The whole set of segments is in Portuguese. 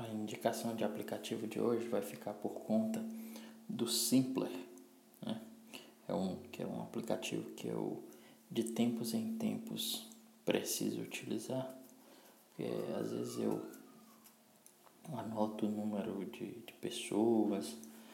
indicação de aplicativo de hoje vai ficar por conta do Simpler, né? É um aplicativo que eu, de tempos em tempos, preciso utilizar, porque às vezes eu anoto o número de pessoas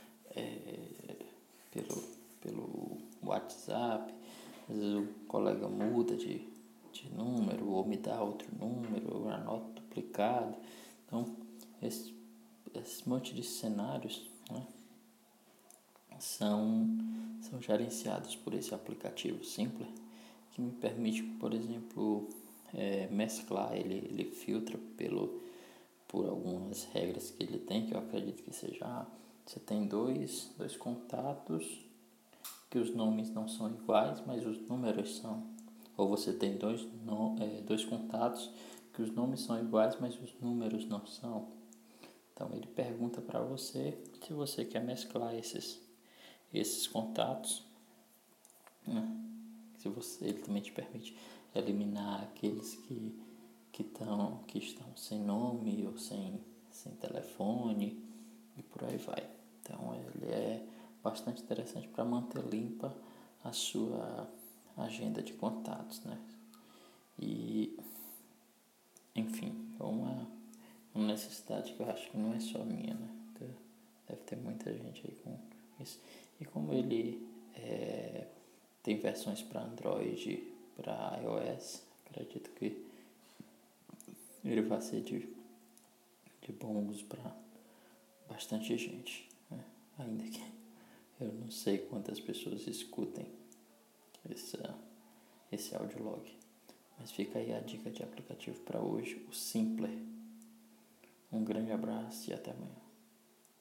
pelo WhatsApp, às vezes o colega muda de número ou me dá outro número, eu anoto duplicado. Então, esse monte de cenários, né, são gerenciados por esse aplicativo Simpler, que me permite, por exemplo, mesclar, ele filtra por algumas regras que ele tem, que eu acredito que seja, você tem dois contatos que os nomes não são iguais, mas os números são. Ou você tem dois contatos que os nomes são iguais, mas os números não são. Então ele pergunta para você se você quer mesclar esses contatos, né? Ele também te permite eliminar aqueles que estão sem nome ou sem telefone e por aí vai. Então ele é bastante interessante para manter limpa a sua agenda de contatos, né? E, enfim, é uma necessidade que eu acho que não é só minha, né? Deve ter muita gente aí com isso. E como ele tem versões para Android, para iOS, acredito que ele vai ser de bom uso para bastante gente, né? Ainda que eu não sei quantas pessoas escutem esse audiolog. Mas fica aí a dica de aplicativo para hoje, o Simpler. Um grande abraço e até amanhã.